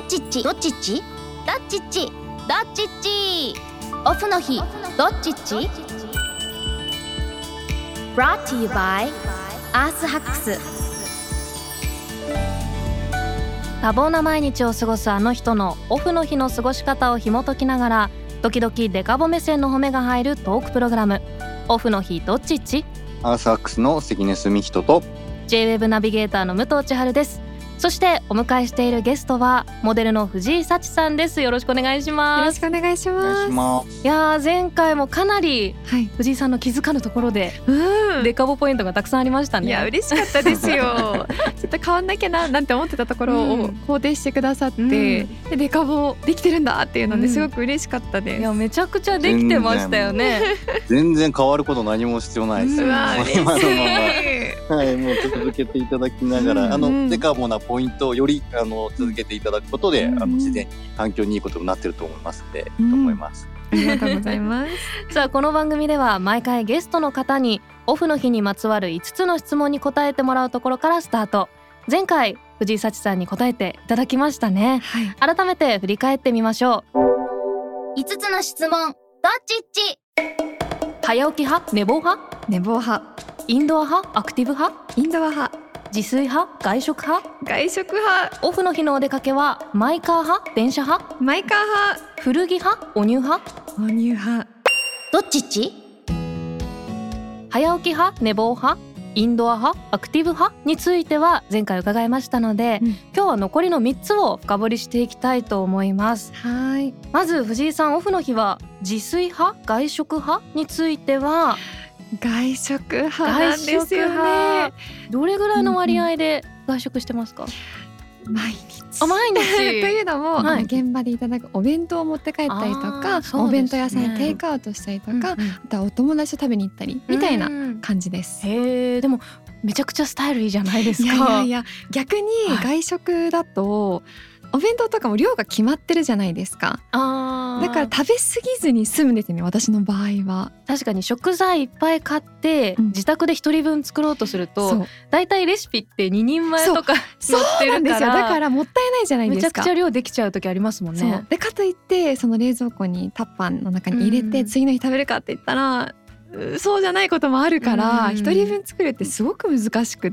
っちっちどっちっちどっちっちどっちっちオフの日どっちっち Brought to you by アースハックス。多忙な毎日を過ごすあの人のオフの日の過ごし方を紐解きながら、時々デカボ目線の褒めが入るトークプログラム、オフの日どっちっち。 アースハックスの関根澄人と J-Web ナビゲーターの武藤千春です。そしてお迎えしているゲストはモデルの藤井幸さんです。よろしくお願いします。 よろしくお願いします。 いや前回もかなり藤井さんの気づかぬところで、デカボポイントがたくさんありましたね。 いや嬉しかったですよちょっと変わんなきゃななんて思ってたところを肯定してくださって、でデカボできてるんだっていうのですごく嬉しかったです。 いやめちゃくちゃできてましたよね。 全然変わること何も必要ないですよ。今のまま、はい、もう続けていただきながら、デカボなポイントをより続けていただくことで、自然に環境にいいことになってると思いますので、と思います。 ありがとうございますさあこの番組では毎回ゲストの方にオフの日にまつわる5つの質問に答えてもらうところからスタート。前回藤井幸さんに答えていただきましたね、改めて振り返ってみましょう。5つの質問どっちっち。早起き派寝坊派寝坊派。 インドア派アクティブ派インドア派。 自炊派外食派外食派。 オフの日のお出かけはマイカー派電車派マイカー派。 古着派お乳派お乳派。 どっちっち。早起き派寝坊派インドア派アクティブ派については前回伺いましたので、今日は残りの3つを深掘りしていきたいと思います。 はい。 まず藤井さん、オフの日は自炊派外食派については外食派なんですよね。 どれぐらいの割合で外食してますか？ 毎日毎日というのも、現場でいただくお弁当を持って帰ったりとか、お弁当屋さんにテイクアウトしたりとか、あとはお友達と食べに行ったりみたいな感じです。 でもめちゃくちゃスタイルいいじゃないですか。 いや逆に外食だと、お弁当とかも量が決まってるじゃないですか。だから食べ過ぎずに済むんですよね、私の場合は。 確かに食材いっぱい買って、自宅で1人分作ろうとすると、だいたいレシピって2人前とか載ってるから、 そうなんですよ。だからもったいないじゃないですか。 めちゃくちゃ量できちゃう時ありますもんね。 でかといってその冷蔵庫にタッパーの中に入れて、次の日食べるかって言ったらそうじゃないこともあるから、一人分作るってすごく難しくって、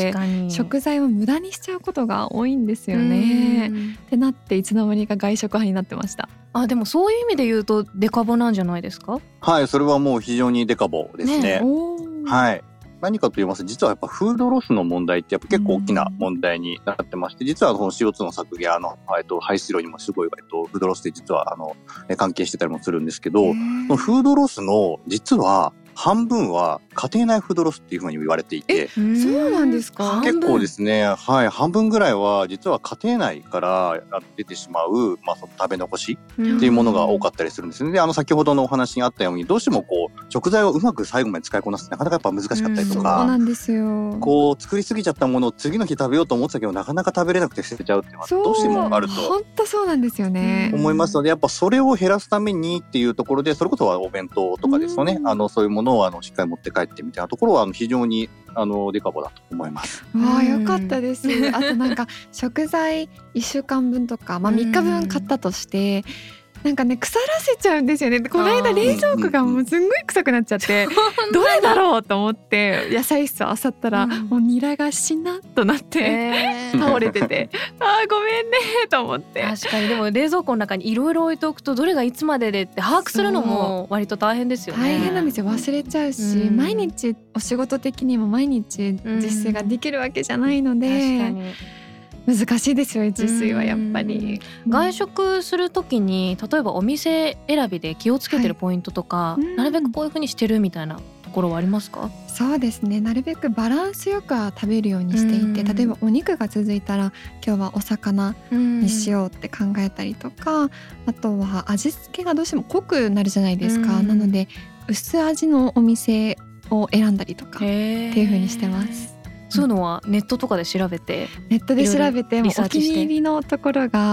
食材を無駄にしちゃうことが多いんですよね。ってなっていつの間にか外食派になってました。 でもそういう意味で言うとデカボなんじゃないですか？ はい、それはもう非常にデカボですね。はい。何かと言いますと、実はやっぱフードロスの問題ってやっぱ結構大きな問題になってまして、実はその CO2 の削減排出量にもすごいフードロスって実は関係してたりもするんですけど、そのフードロスの実は半分は家庭内フードロスっていうふうに言われていて。 そうなんですか？ 結構ですね、はい、半分ぐらいは実は家庭内から出てしまう、その食べ残しっていうものが多かったりするんですね。で、先ほどのお話にあったように、どうしても食材をうまく最後まで使いこなすってなかなかやっぱ難しかったりとか、 そうなんですよ。 作りすぎちゃったものを次の日食べようと思ってたけどなかなか食べれなくて捨てちゃうっていうのはどうしてもあると本当そうなんですよね。 思いますので、やっぱそれを減らすためにっていうところで、それこそはお弁当とかですよね、そういうものをしっかり持って帰ってみたいなところは非常にデカボだと思います。 よかったです。あとなんか食材1週間分とか、3日分買ったとしてなんかね腐らせちゃうんですよね。この間冷蔵庫がもうすんごい臭くなっちゃってどれだろうと思って野菜室を漁ったら、もうニラがしなっとなって、倒れててごめんねと思って。 確かに。でも冷蔵庫の中にいろいろ置いておくと、どれがいつまででって把握するのも割と大変ですよね。 大変なんですよ。忘れちゃうし、毎日お仕事的にも毎日自炊ができるわけじゃないので、確かに難しいですよ自炊はやっぱり。 外食するときに例えばお店選びで気をつけてるポイントとか、なるべくこういう風にしてるみたいなところはありますか？ そうですね、なるべくバランスよくは食べるようにしていて、例えばお肉が続いたら今日はお魚にしようって考えたりとか、あとは味付けがどうしても濃くなるじゃないですか。なので薄味のお店を選んだりとかっていう風にしてます。 そういうのはネットとかで調べて、 ネットで調べて、お気に入りのところが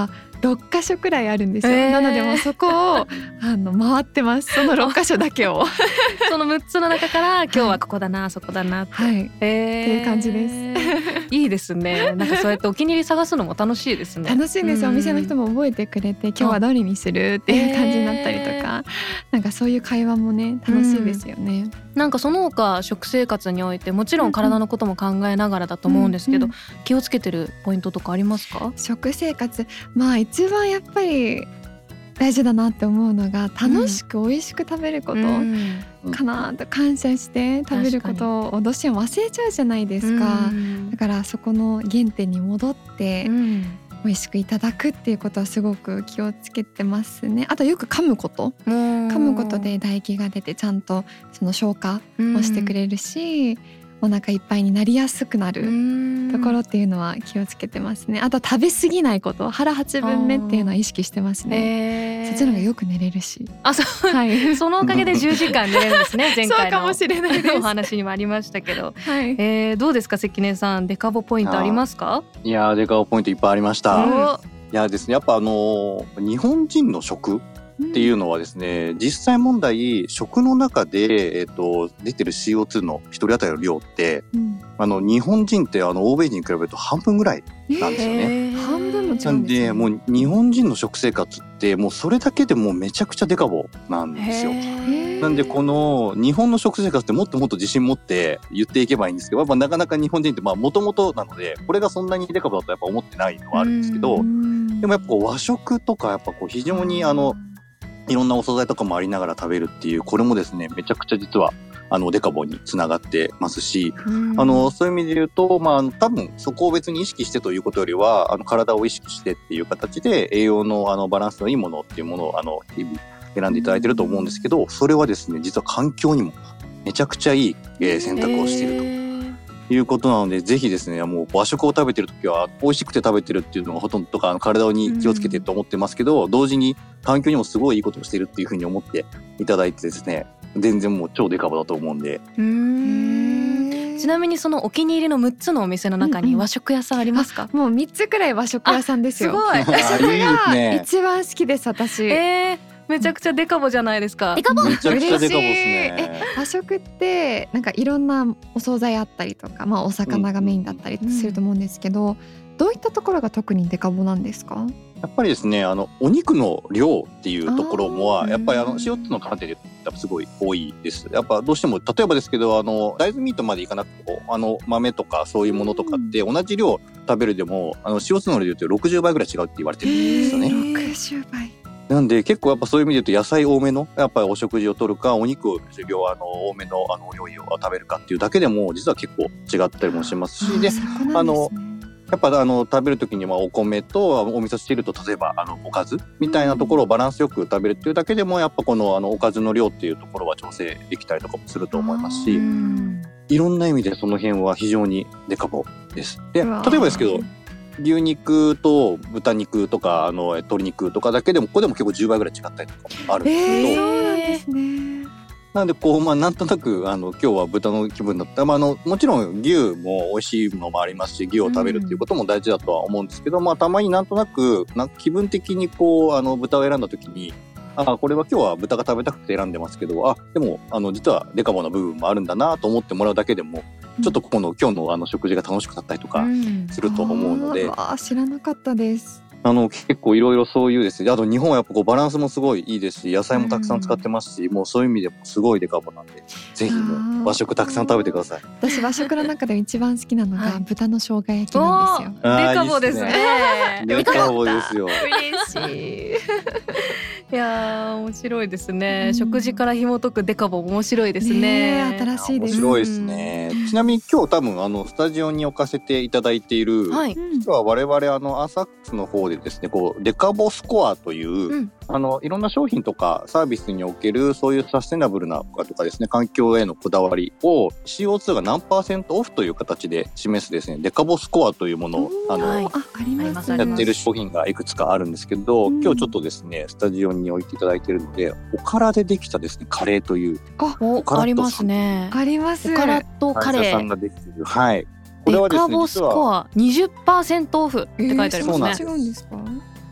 6カ所くらいあるんですよ、なのでもうそこを回ってます。その6カ所だけをその6つの中から今日はここだな、そこだなって、っていう感じですいいですね。なんかそうやってお気に入り探すのも楽しいですね。 楽しいんですよ。お店の人も覚えてくれて今日はどれにするっていう感じになったりとか、なんかそういう会話もね楽しいですよね。 なんかその他食生活においてもちろん体のことも考えながらだと思うんですけど、気をつけてるポイントとかありますか？ 食生活、一番やっぱり大事だなって思うのが楽しく美味しく食べることかなと、感謝して食べることをどうしても忘れちゃうじゃないですか。だからそこの原点に戻って美味しくいただくっていうことはすごく気をつけてますね。あとよく噛むことで唾液が出てちゃんとその消化をしてくれるし、お腹いっぱいになりやすくなるところっていうのは気をつけてますね。あと食べ過ぎないこと、腹8分目っていうのは意識してますね。そっちの方がよく寝れるし。 そのおかげで10時間寝れるんですね。前回のそうかもしれないです。 お話にもありましたけど、どうですか関根さん、デカボポイントありますか？ いやデカボポイントいっぱいありました。いやですね、やっぱ日本人の食っていうのはですね、実際問題食の中で、出てる CO2 の一人当たりの量って、日本人って欧米人に比べると半分ぐらいなんですよね。 半分も違うんですね。 なんでもう日本人の食生活ってもうそれだけでもうめちゃくちゃデカボなんですよ。なんでこの日本の食生活ってもっともっと自信持って言っていけばいいんですけど、やっぱなかなか日本人ってもともとなのでこれがそんなにデカボだとやっぱ思ってないのはあるんですけど、でもやっぱ和食とかやっぱ非常にいろんなお惣菜とかもありながら食べるっていう、これもですねめちゃくちゃ実はデカボにつながってますし、そういう意味で言うと、多分そこを別に意識してということよりは体を意識してっていう形で栄養のバランスのいいものっていうものを日々選んでいただいてると思うんですけど、それはですね実は環境にもめちゃくちゃいい選択をしているということなので、ぜひですねもう和食を食べてるときは美味しくて食べてるっていうのがほとんどとか体に気をつけてると思ってますけど、同時に環境にもすごいいいことをしているっていうふうに思っていただいてですね、全然もう超デカボだと思うんで。 ちなみにそのお気に入りの6つのお店の中に和食屋さんありますか？ もう3つくらい和食屋さんですよ。 すごい。 それが一番好きです私。 めちゃくちゃデカボじゃないですか。 デカボめちゃくちゃデカボですね。 和食ってなんかいろんなお惣菜あったりとか、お魚がメインだったりすると思うんですけど、どういったところが特にデカボなんですか？ やっぱりですねお肉の量っていうところもやっぱりCO2 の観点ですごい多いです。やっぱどうしても例えばですけど大豆ミートまでいかなくても豆とかそういうものとかって同じ量食べるでもCO2 の量って60倍ぐらい違うって言われてるんですよね。 60倍なんで結構やっぱそういう意味で言うと野菜多めのやっぱりお食事をとるかお肉を量多めのお料理を食べるかっていうだけでも実は結構違ったりもしますし、でやっぱ食べる時にはお米とお味噌汁と例えばおかずみたいなところをバランスよく食べるっていうだけでもやっぱこのおかずの量っていうところは調整できたりとかもすると思いますし、いろんな意味でその辺は非常にデカボです。で例えばですけど牛肉と豚肉とか鶏肉とかだけでもここでも結構10倍ぐらい違ったりとかもあるんですけど、 そうなんですね。 なんでなんとなく今日は豚の気分だった、もちろん牛も美味しいのもありますし牛を食べるっていうことも大事だとは思うんですけど、たまになんとなく気分的に豚を選んだ時にこれは今日は豚が食べたくて選んでますけどでも実はデカボな部分もあるんだなと思ってもらうだけでもちょっと今日の食事が楽しくなったりとかすると思うので、 知らなかったです。 結構いろいろそういうですね、あと日本はやっぱバランスもすごいいいですし野菜もたくさん使ってますし、もうそういう意味でもすごいデカボなんでぜひもう和食たくさん食べてください。 私和食の中で一番好きなのが豚の生姜焼きなんですよ。 デカボですね。 デカボですよ。 嬉しい。 いや面白いですね、食事から紐解くデカボ面白いですね。 新しいです。 面白いですね。ちなみに今日多分スタジオに置かせていただいている、実は我々アサックスの方でですねデカボスコアという、いろんな商品とかサービスにおけるそういうサステナブルなとかですね環境へのこだわりを CO2 が何%オフという形で示すですねデカボスコアというものをやっている商品がいくつかあるんですけど、今日ちょっとですねスタジオに置いていただいているのでおからでできたですねカレーというありますね。 あります。 おからとカレーさんができている、これはですねデカボスコア 20% オフって書いてありますね。 違うんですか？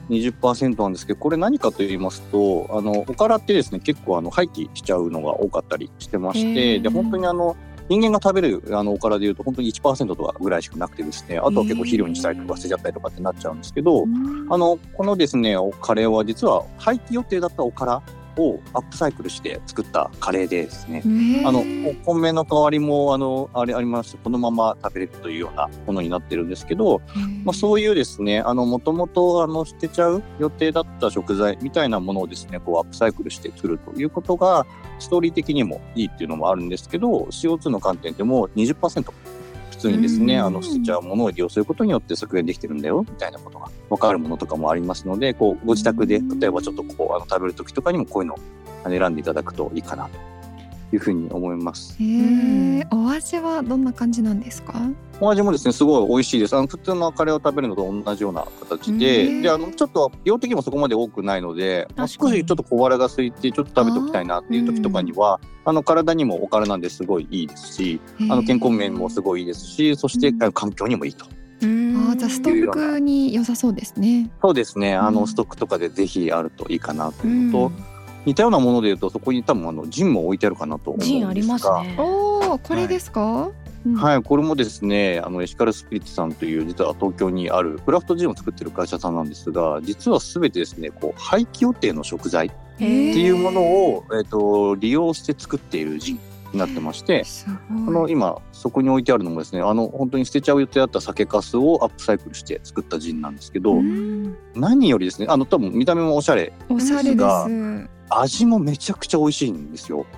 20% なんですけど、これ何かと言いますと、おからってですね、結構廃棄しちゃうのが多かったりしてまして、で本当に人間が食べるおからでいうと本当に 1% とかぐらいしかなくてですね、あとは結構肥料にしたりとか捨てちゃったりとかってなっちゃうんですけど、このですねカレーは実は廃棄予定だったおからをアップサイクルして作ったカレーでですね、お米の代わりもあれありまして、このまま食べれるというようなものになってるんですけど、そういうですねもともと捨てちゃう予定だった食材みたいなものをですねこうアップサイクルして作るということがストーリー的にもいいっていうのもあるんですけど、 CO2 の観点でも 20% 普通にですね捨てちゃうものを利用することによって削減できてるんだよみたいなことが分かるものとかもありますので、こうご自宅で例えばちょっと食べる時とかにもこういうのを選んでいただくといいかなというふうに思います。 お味はどんな感じなんですか？ お味もですねすごい美味しいです。普通のカレーを食べるのと同じような形で、ちょっと量的にもそこまで多くないので、少しちょっと小腹が空いてちょっと食べておきたいなっていう時とかには体にもおからなんですごいいいですし、健康面もすごいいいですし、そして環境にもいいと。 じゃあストックに良さそうですね。 そうですね、ストックとかでぜひあるといいかなというのと、似たようなものでいうとそこに多分ジンも置いてあるかなと思うんですが。 ジンありますね。 これですか？ はい、これもですねエシカルスピリッツさんという実は東京にあるクラフトジンを作ってる会社さんなんですが、実は全てですね廃棄予定の食材っていうものを、利用して作っているジンになってまして、今そこに置いてあるのもですね本当に捨てちゃう予定だった酒粕をアップサイクルして作ったジンなんですけど、何よりですね多分見た目もおしゃれですが、味もめちゃくちゃ美味しいんですよ。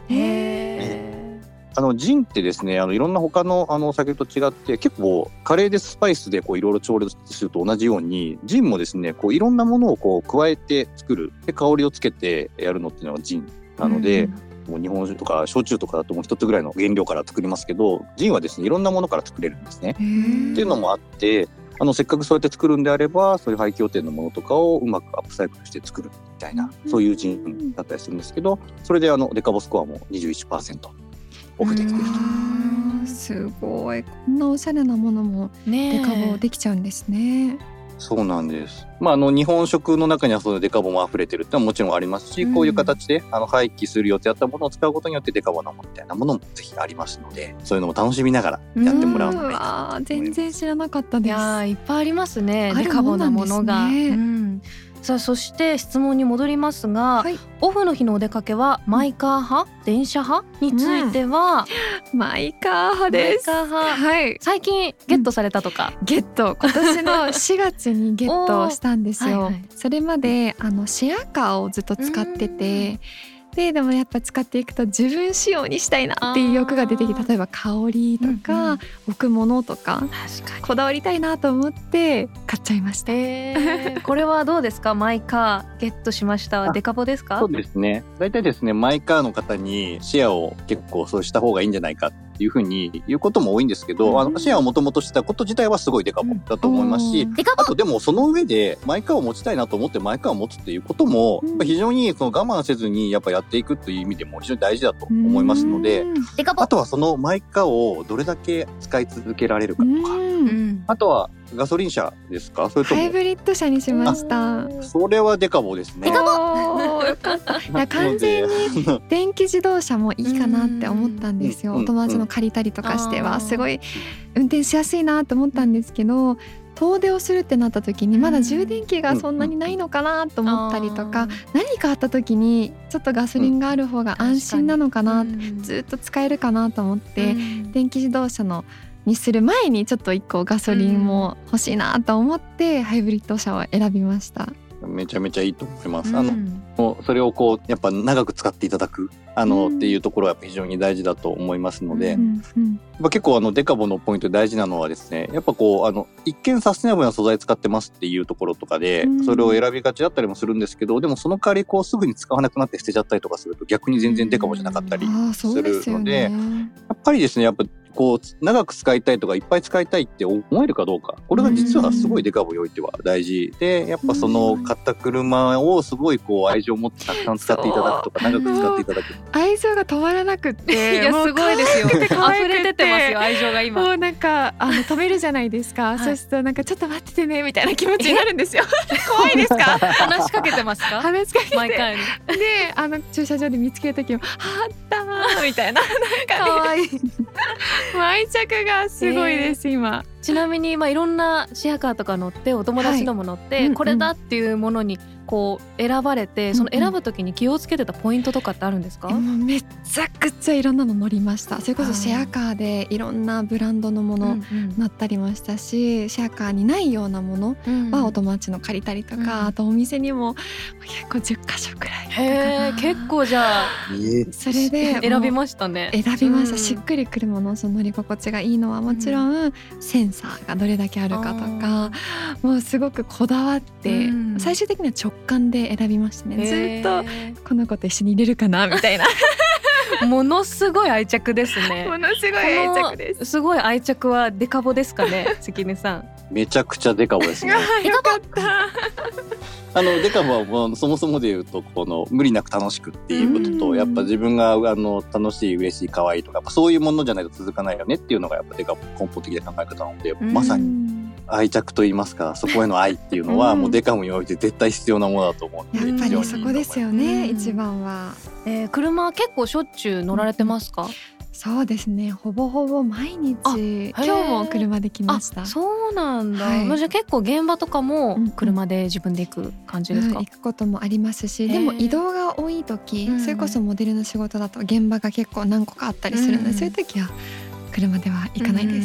ジンってですねいろんな他のお酒と違って結構カレーでスパイスでいろいろ調理すると同じように、ジンもですねいろんなものを加えて作る、で香りをつけてやるのっていうのがジンなので、もう日本酒とか焼酎とかだともう一つぐらいの原料から作りますけど、ジンはですねいろんなものから作れるんですね。っていうのもあって、せっかくそうやって作るんであればそういう廃棄予定のものとかをうまくアップサイクルして作るみたいな、そういうジンだったりするんですけど、それでデカボスコアも 21% オフできてると。 すごい、こんなおしゃれなものもデカボできちゃうんですね。 そうなんです。日本食の中にはそういうデカボも溢れてるってのはもちろんありますし、こういう形で廃棄する予定だったものを使うことによってデカボなものみたいなものもぜひありますので、そういうのも楽しみながらやってもらうのがいいかなと思います。 全然知らなかったです。 いやいっぱいありますね、デカボなものが。さあそして質問に戻りますが、オフの日のお出かけはマイカー派電車派については、 マイカー派です。 最近ゲットされたとか？ ゲット、今年の4月にゲットしたんですよ。それまでシェアカーをずっと使ってて、でもやっぱ使っていくと自分仕様にしたいなっていう欲が出てきて、例えば香りとか置くものとかこだわりたいなと思って買っちゃいました。 これはどうですか？マイカーゲットしました。デカボですか？ そうですね、大体ですねマイカーの方にシェアを結構そうした方がいいんじゃないかっていうふうに言うことも多いんですけど、シェアをもともとしてたこと自体はすごいデカボだと思いますし、あとでもその上でマイカーを持ちたいなと思ってマイカーを持つっていうことも非常にその我慢せずにやっていくという意味でも非常に大事だと思いますので、あとはそのマイカーをどれだけ使い続けられるかとか、あとはガソリン車ですか？それともハイブリッド車にしました。 それはデカボですね。 よかった。完全に電気自動車もいいかなって思ったんですよ。お友達の借りたりとかしてはすごい運転しやすいなと思ったんですけど、遠出をするってなった時にまだ充電器がそんなにないのかなと思ったりとか、何かあった時にちょっとガソリンがある方が安心なのかな、ずっと使えるかなと思って、電気自動車のにする前にちょっと1個ガソリンも欲しいなと思ってハイブリッド車を選びました。 めちゃめちゃいいと思います。それをやっぱ長く使っていただくっていうところはやっぱ非常に大事だと思いますので、結構デカボのポイントで大事なのはですね、やっぱ一見サステナブルな素材使ってますっていうところとかでそれを選びがちだったりもするんですけど、でもその代わりすぐに使わなくなって捨てちゃったりとかすると逆に全然デカボじゃなかったりするので、やっぱりですねこう長く使いたいとかいっぱい使いたいって思えるかどうか、これが実はすごいデカボにおいては大事で、やっぱその買った車をすごいこう愛情を持ってたくさん使っていただくとか長く使っていただく、 愛情が止まらなくっていやすごいですよ、溢れ出てますよ愛情が今。 もうなんか止めるじゃないですか、はい、そうするとなんかちょっと待っててねみたいな気持ちになるんですよ怖いですか？ 話しかけてますか？ 話しかけて毎回にで駐車場で見つけるときもあったーみたいな、なんか可愛い愛着がすごいです、今。 ちなみにいろんなシェアカーとか乗ってお友達のも乗って、これだっていうものにこう選ばれて、その選ぶときに気をつけてたポイントとかってあるんですか？ もうめちゃくちゃいろんなの乗りました。それこそシェアカーでいろんなブランドのもの乗ったりもしたし、シェアカーにないようなものはお友達の借りたりとか、あとお店にも結構10カ所くらいへー、結構じゃあそれで選びましたね。 選びました、しっくりくるもの、その乗り心地がいいのはもちろん、センサーがどれだけあるかとか、もうすごくこだわって、最終的には直感で選びましたね。ずっとこの子と一緒に入れるかなみたいなものすごい愛着ですね。 ものすごい愛着です。 すごい愛着はデカボですかね関根さん。 めちゃくちゃデカボですねよかったデカボはそもそもで言うとこの無理なく楽しくっていうことと、やっぱ自分が楽しい嬉しい可愛いとか、やっぱそういうものじゃないと続かないよねっていうのがやっぱデカボ根本的な考え方なので、まさに愛着といいますか、そこへの愛っていうのはもうデカボにおいて絶対必要なものだと思うので、 やっぱりそこですよね、一番は。 車結構しょっちゅう乗られてますか？ そうですね、ほぼほぼ毎日。今日も車で来ました。 そうなんだ、 はい、 じゃあ結構現場とかも車で自分で行く感じですか？ 行くこともありますし、でも移動が多い時、それこそモデルの仕事だと現場が結構何個かあったりするので、そういう時は車では行かないです。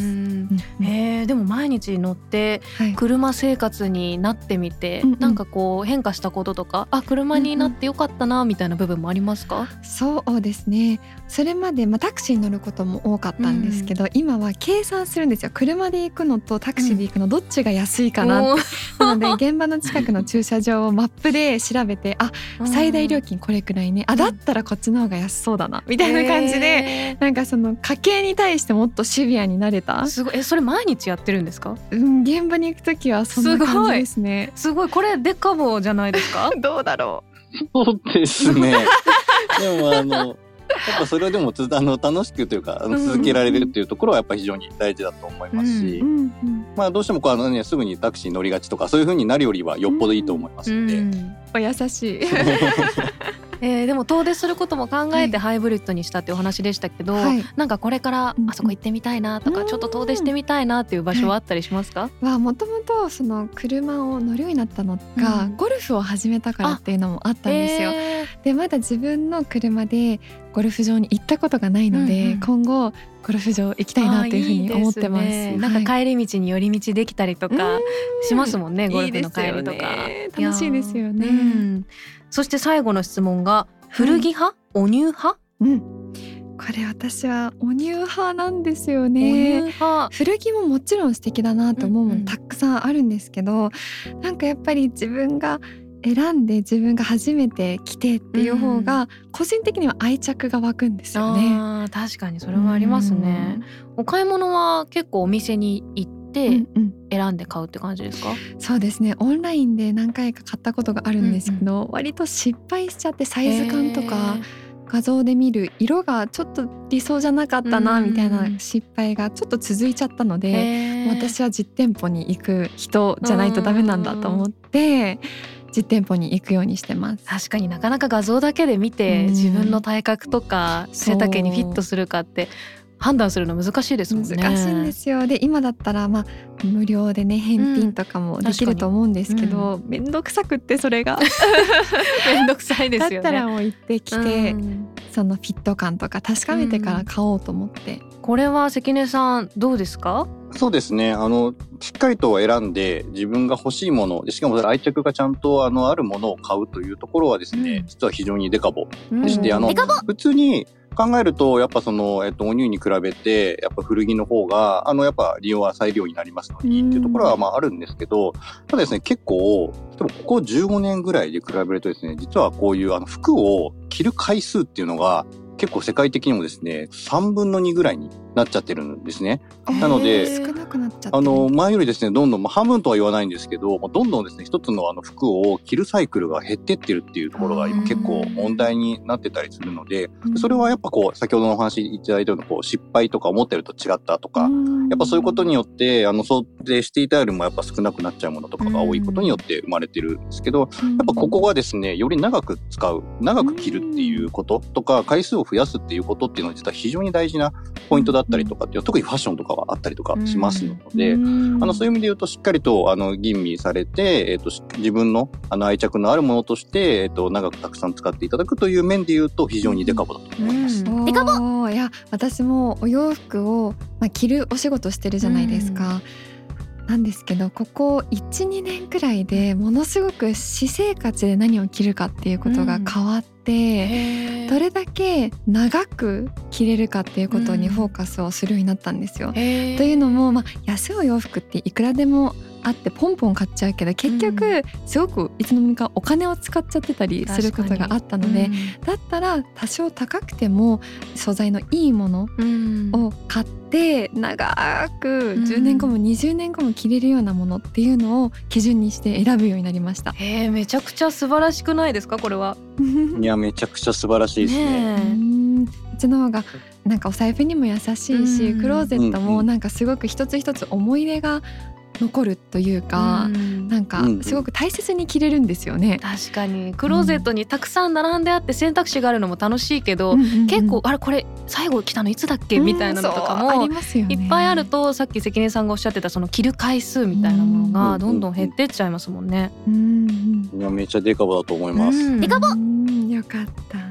でも毎日乗って車生活になってみて、なんかこう変化したこととか、車になってよかったなみたいな部分もありますか？ そうですね、それまでタクシーに乗ることも多かったんですけど、今は計算するんですよ。車で行くのとタクシーで行くのどっちが安いかなって、なので現場の近くの駐車場をマップで調べて、最大料金これくらいね、だったらこっちの方が安そうだなみたいな感じで、なんかその家計に対してもっとシビアになれた。 すごい。それ毎日やってるんですか？ 現場に行くときはそんな感じですね。 すごい。これデカボじゃないですか？ どうだろう。そうですねでもやっぱそれはでも楽しくというか続けられるっていうところはやっぱ非常に大事だと思いますし、どうしてもすぐにタクシー乗りがちとかそういう風になるよりはよっぽどいいと思いますので、 お優しいでも遠出することも考えてハイブリッドにしたっていうお話でしたけど、なんかこれからあそこ行ってみたいなとか、ちょっと遠出してみたいなっていう場所はあったりしますか？ もともとその車を乗るようになったのが、ゴルフを始めたからっていうのもあったんですよ。でまだ自分の車でゴルフ場に行ったことがないので、今後ゴルフ場行きたいなっていうふうに思ってます。 なんか帰り道に寄り道できたりとかしますもんね、ゴルフの帰りとか。 楽しいですよね。 そして最後の質問が、古着派、おニュー派？ これ私はおニュー派なんですよね。古着ももちろん素敵だなと思うものたくさんあるんですけど、なんかやっぱり自分が選んで自分が初めて着てっていう方が個人的には愛着が湧くんですよね。 確かにそれもありますね。お買い物は結構お店に行って選んで買うって感じですか？ そうですね、オンラインで何回か買ったことがあるんですけど、割と失敗しちゃって、サイズ感とか画像で見る色がちょっと理想じゃなかったなみたいな失敗がちょっと続いちゃったので、私は実店舗に行く人じゃないとダメなんだと思って実店舗に行くようにしてます。 確かになかなか画像だけで見て自分の体格とか背丈にフィットするかって判断するの難しいですもんね。 難しいんですよ。で今だったら無料でね返品とかもできると思うんですけど、めんどくさくってそれがめんどくさいですよね。 だったらもう行ってきて、そのフィット感とか確かめてから買おうと思って。 これは関根さんどうですか？ そうですね、しっかりと選んで自分が欲しいもので、しかも愛着がちゃんとあるものを買うというところはですね、実は非常にデカボでして、普通に考えるとやっぱおニューに比べてやっぱ古着の方がやっぱ利用は再利用になりますのでいいっていうところはあるんですけど、ただですね、結構ここ15年ぐらいで比べるとですね、実はこういう服を着る回数っていうのが結構世界的にもですね3分の2ぐらいになっちゃってるんですね。なので少なくなっちゃってる。 前よりですねどんどん、半分とは言わないんですけど、どんどんですね一つの服を着るサイクルが減ってってるっていうところが今結構問題になってたりするので、それはやっぱ先ほどのお話いただいたような失敗とか思ってると違ったとか、やっぱそういうことによって想定していたよりもやっぱ少なくなっちゃうものとかが多いことによって生まれてるんですけど、やっぱここがですねより長く使う、長く着るっていうこととか回数を増やすっていうことっていうのは実は非常に大事なポイントだったりとかっていう、特にファッションとかはあったりとかしますので、そういう意味で言うとしっかりと吟味されて、自分の愛着のあるものとして、長くたくさん使っていただくという面で言うと非常にデカボだと思います。 デカボ。いや私もお洋服を、着るお仕事してるじゃないですか。なんですけどここ 1,2 年くらいでものすごく私生活で何を着るかっていうことが変わって、どれだけ長く着れるかっていうことにフォーカスをするようになったんですよ。というのも、安いお洋服っていくらでもあってポンポン買っちゃうけど結局すごくいつの間にかお金を使っちゃってたりすることがあったので、だったら多少高くても素材のいいものを買って長く10年後も20年後も着れるようなものっていうのを基準にして選ぶようになりました。 めちゃくちゃ素晴らしくないですかこれは。 いやめちゃくちゃ素晴らしいですね。 うちの方がなんかお財布にも優しいし、クローゼットもなんかすごく一つ一つ思い出が残るというか、なんかすごく大切に着れるんですよね。 確かにクローゼットにたくさん並んであって選択肢があるのも楽しいけど、結構あれこれ最後着たのいつだっけみたいなのとかもいっぱいあると、さっき関根さんがおっしゃってたその着る回数みたいなものがどんどん減ってっちゃいますもんね。 いやめっちゃデカボだと思います。 デカボ。 よかった。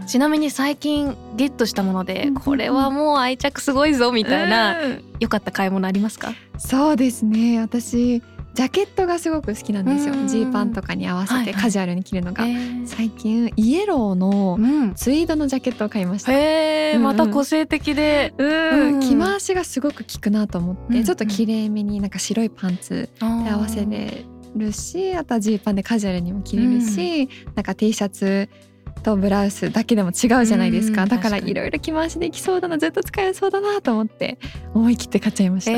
ちなみに最近ゲットしたものでこれはもう愛着すごいぞみたいな良かった買い物ありますか？ そうですね、私ジャケットがすごく好きなんですよ。ジーパンとかに合わせてカジュアルに着るのが、最近イエローのツイードのジャケットを買いました。 また個性的で、 着回しがすごく効くなと思って、ちょっときれいめになんか白いパンツで合わせれるし、あとはジーパンでカジュアルにも着れるし、なんか T シャツとブラウスだけでも違うじゃないですか。だからいろいろ着回しできそうだな、ずっと使えそうだなと思って思い切って買っちゃいました。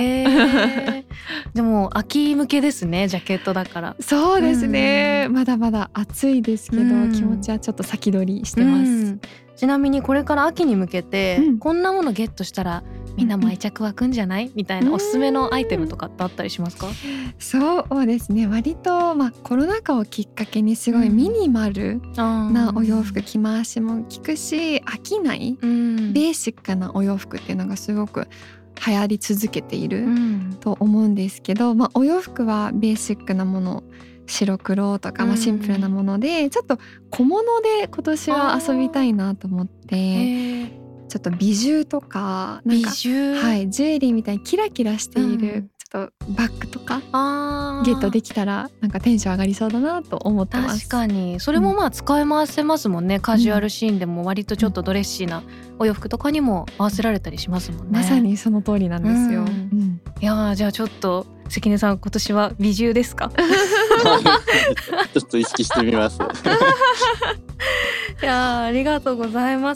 でも秋向けですね、ジャケットだから。 そうですね、まだまだ暑いですけど、気持ちはちょっと先取りしてます。 ちなみにこれから秋に向けて、こんなものゲットしたらみんなも愛着湧くんじゃない、みたいなおすすめのアイテムとかってあったりしますか？ そうですね、割と、コロナ禍をきっかけにすごいミニマルなお洋服、着回しも効くし飽きない、ベーシックなお洋服っていうのがすごく流行り続けていると思うんですけど、お洋服はベーシックなもの、白黒とか、シンプルなもので、ちょっと小物で今年は遊びたいなと思って、ちょっと美獣とか、なんか、ジュエリーみたいにキラキラしている、ちょっとバッグとかゲットできたらなんかテンション上がりそうだなと思ってます。 確かにそれも使い回せますもんね。カジュアルシーンでも割とちょっとドレッシーなお洋服とかにも合わせられたりしますもんね。 まさにその通りなんですよ。 いやじゃあちょっと関根さん今年は美獣ですか？ ちょっと意識してみます。 いやありがとうございます。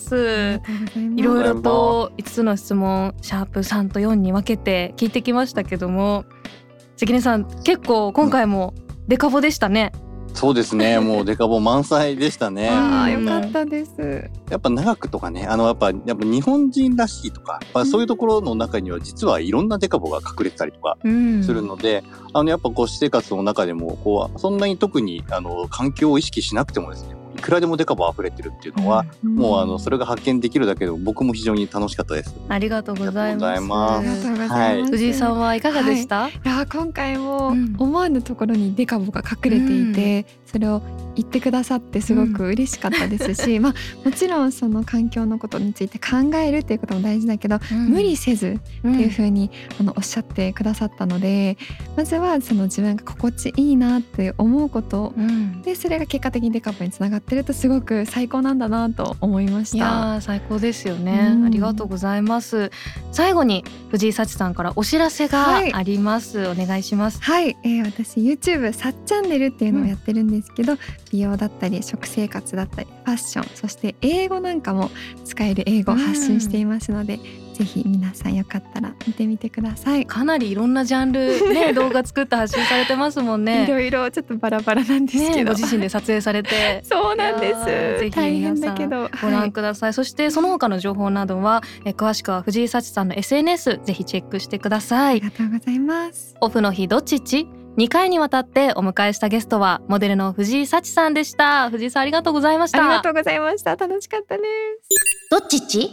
いろいろと5つの質問シャープ3と4に分けて聞いてきましたけども、関根さん結構今回もデカボでしたね。 そうですね、もうデカボ満載でしたね。 よかったです。 やっぱ長くとかね、やっぱ日本人らしいとか、そういうところの中には実はいろんなデカボが隠れてたりとかするので、やっぱ私生活の中でもそんなに特に環境を意識しなくてもですね、いくらでもデカボ溢れてるっていうのは、もうそれが発見できるだけで僕も非常に楽しかったです。 ありがとうございます。 藤井さんはいかがでした？ 今回も思わぬところにデカボが隠れていて、それを言ってくださってすごく嬉しかったですし、もちろんその環境のことについて考えるっていうことも大事だけど、無理せずっていうふうにおっしゃってくださったので、まずはその自分が心地いいなって思うこと、でそれが結果的にデカボにつながってるとすごく最高なんだなと思いました。 いや最高ですよね、ありがとうございます。最後に藤井幸さんからお知らせがあります、お願いします。 私 YouTube さっチャンネルっていうのをやってるんですけど、美容だったり食生活だったりファッション、そして英語なんかも使える英語を発信していますので、 ぜひ皆さんよかったら見てみてください。 かなりいろんなジャンルね動画作って発信されてますもんね。 いろいろちょっとバラバラなんですけど、 ご自身で撮影されてそうなんです。 ぜひ大変皆さんだけどご覧ください。そしてその他の情報などは詳しくは藤井幸さんの SNS ぜひチェックしてください。 ありがとうございます。 オフの日どっちっち2回にわたってお迎えしたゲストはモデルの藤井幸さんでした。藤井さんありがとうございました。 ありがとうございました。楽しかったです。 どっちっち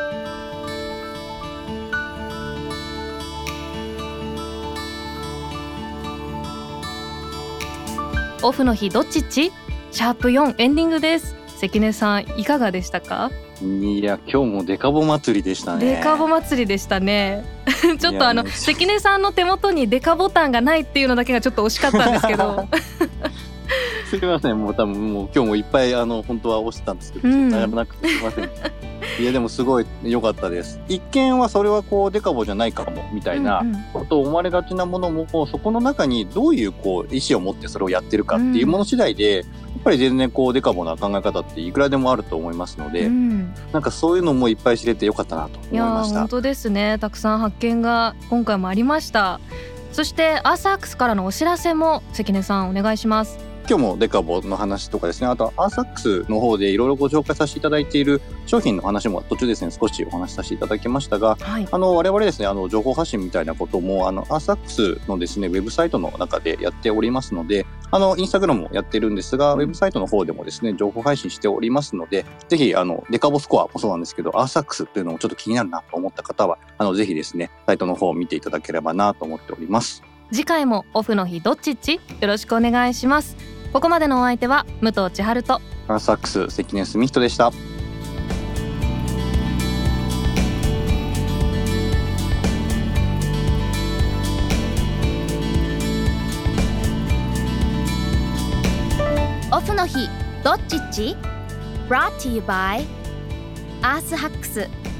オフの日どっちっちシャープ4エンディングです。関根さんいかがでしたか？ いや今日もデカボ祭りでしたね。 デカボ祭りでしたねちょっと関根さんの手元にデカボタンがないっていうのだけがちょっと惜しかったんですけどすみません、もう多分もう今日もいっぱい本当は押してたんですけど、悩まなくてすみませんいやでもすごい良かったです。一見はそれはこうデカボじゃないかもみたいなことを思われがちなものも、そこの中にどういうこう意思を持ってそれをやってるかっていうもの次第で、やっぱり全然こうデカボな考え方っていくらでもあると思いますので、なんかそういうのもいっぱい知れてよかったなと思いました。 いや本当ですね。たくさん発見が今回もありました。そしてアーサークスからのお知らせも関根さんお願いします。 今日もデカボの話とかですね、あとアーサックスの方でいろいろご紹介させていただいている商品の話も途中ですね少しお話しさせていただきましたが、我々ですね情報発信みたいなこともアーサックスのですねウェブサイトの中でやっておりますので、インスタグラムもやってるんですが、ウェブサイトの方でもですね情報配信しておりますので、ぜひデカボスコアもそうなんですけどアーサックスっていうのもちょっと気になるなと思った方はぜひですねサイトの方を見ていただければなと思っております。 次回もオフの日どっちっちよろしくお願いします。ここまでのお相手は武藤千春とアーサックス関根澄人でした。 オフの日どっちっち Brought to you by アースハックス